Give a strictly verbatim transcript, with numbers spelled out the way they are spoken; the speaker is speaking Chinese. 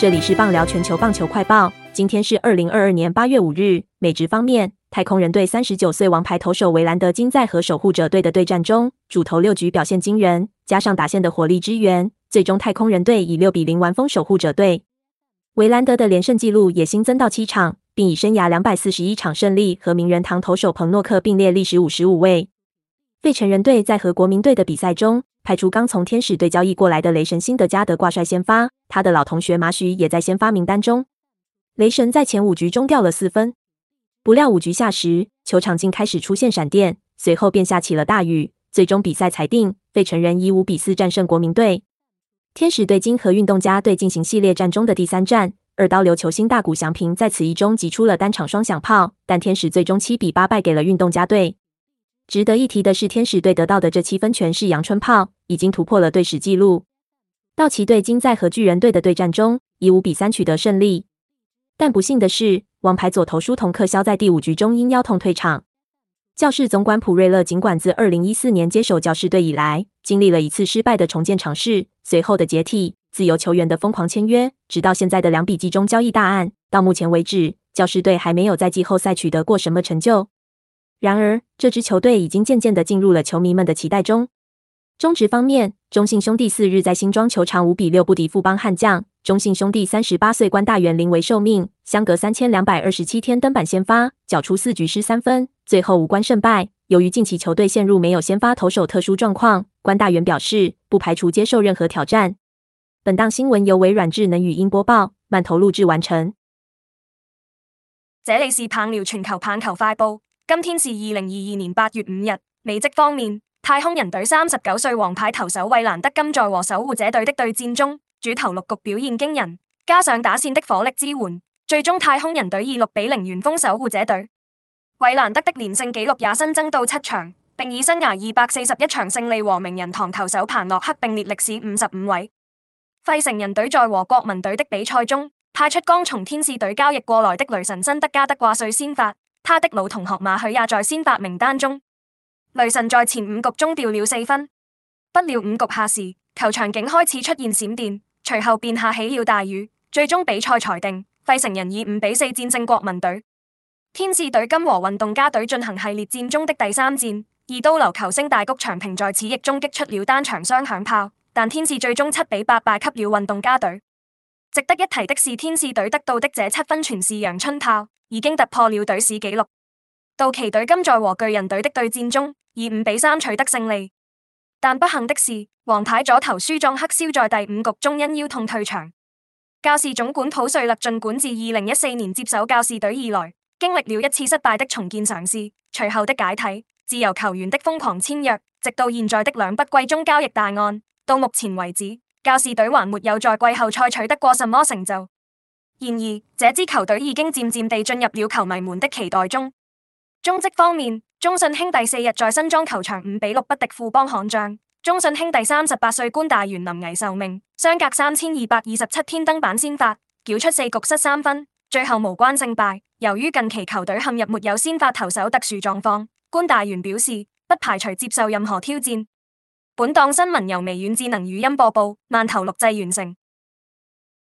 这里是棒聊全球棒球快报，今天是二零二二年八月五日。美职方面，太空人队三十九岁王牌投手维兰德今在和守护者队的对战中，主投六局表现惊人，加上打线的火力支援，最终太空人队以六比零完封守护者队。维兰德的连胜纪录也新增到七场，并以生涯两百四十一场胜利和名人堂投手彭诺克并列历史五十五位。费城人队在和国民队的比赛中，派出刚从天使队交易过来的雷神辛德加德挂帅先发，他的老同学马许也在先发名单中。雷神在前五局中掉了四分，不料五局下时，球场竟开始出现闪电，随后便下起了大雨，最终比赛裁定费城人以五比四战胜国民队。天使队经和运动家队进行系列战中的第三战，二刀流球星大谷翔平在此役中击出了单场双响炮，但天使最终七比八败给了运动家队。值得一提的是，天使队得到的这七分全是阳春炮，已经突破了队史纪录。道奇队今在和巨人队的对战中，以五比三取得胜利。但不幸的是，王牌左投舒同克肖在第五局中因腰痛退场。教士总管普瑞勒尽管自二零一四年接手教士队以来，经历了一次失败的重建尝试，随后的解体、自由球员的疯狂签约，直到现在的两笔季中交易大案，到目前为止，教士队还没有在季后赛取得过什么成就。然而，这支球队已经渐渐地进入了球迷们的期待中。中职方面，中信兄弟四日在新庄球场五比六不敌富邦悍将。中信兄弟三十八岁关大元临危受命，相隔三千两百二十七天登板先发，缴出四局失三分，最后无关胜败。由于近期球队陷入没有先发投手特殊状况，关大元表示不排除接受任何挑战。本档新闻由微软智能语音播报，慢投录制完成。 這裡是棒聊全球棒球快報。今天是二零二二年八月五日。美職方面，太空人隊三十九歲王牌投手韋蘭德今在和守護者隊的對戰中，主投六局表現驚人，加上打線的火力支援，最終太空人隊以六比零完封守護者隊。韋蘭德的連勝紀錄也新增到七場，並以生涯二百四十一場勝利和名人堂投手彭諾克並列歷史五十五位。費城人隊在和國民隊的比賽中，派出剛從天使隊交易過來的雷神辛德加德掛帥先發。他的老同學馬許也在先發名單中。雷神在前五局中掉了四分，不料五局下時，球場竟開始出現閃電，隨後便下起了大雨。最終比賽裁定，費城人以五比四戰勝國民隊。天使隊今和運動家隊進行系列戰中的第三戰，二刀流球星大谷翔平在此役中擊出了單場雙響炮，但天使最終七比八敗給了運動家隊。值得一提的是，天使隊得到的這七分全是陽春炮，已經突破了隊史紀錄。道奇隊今在和巨人隊的對戰中，以五比三取得勝利。但不幸的是，王牌左投舒壯克蕭在第五局中因腰痛退場。教士總管普瑞勒儘管自二零一四年接手教士隊以來，經歷了一次失敗的重建嘗試，隨後的解體、自由球員的瘋狂簽約，直到現在的兩筆季中交易大案，到目前為止，教士隊還沒有在季後賽取得過什麼成就。然而，這支球隊已經漸漸地進入了球迷們的期待中。中職方面，中信兄弟四日在新莊球場五比六不敵富邦悍將。中信兄弟三十八歲官大元臨危受命，相隔三千二百二十七天登板先發，繳出四局失三分，最後無關勝敗。由於近期球隊陷入沒有先發投手特殊狀況，官大元表示不排除接受任何挑戰。本檔新聞由微軟智能語音播報，慢投錄製完成。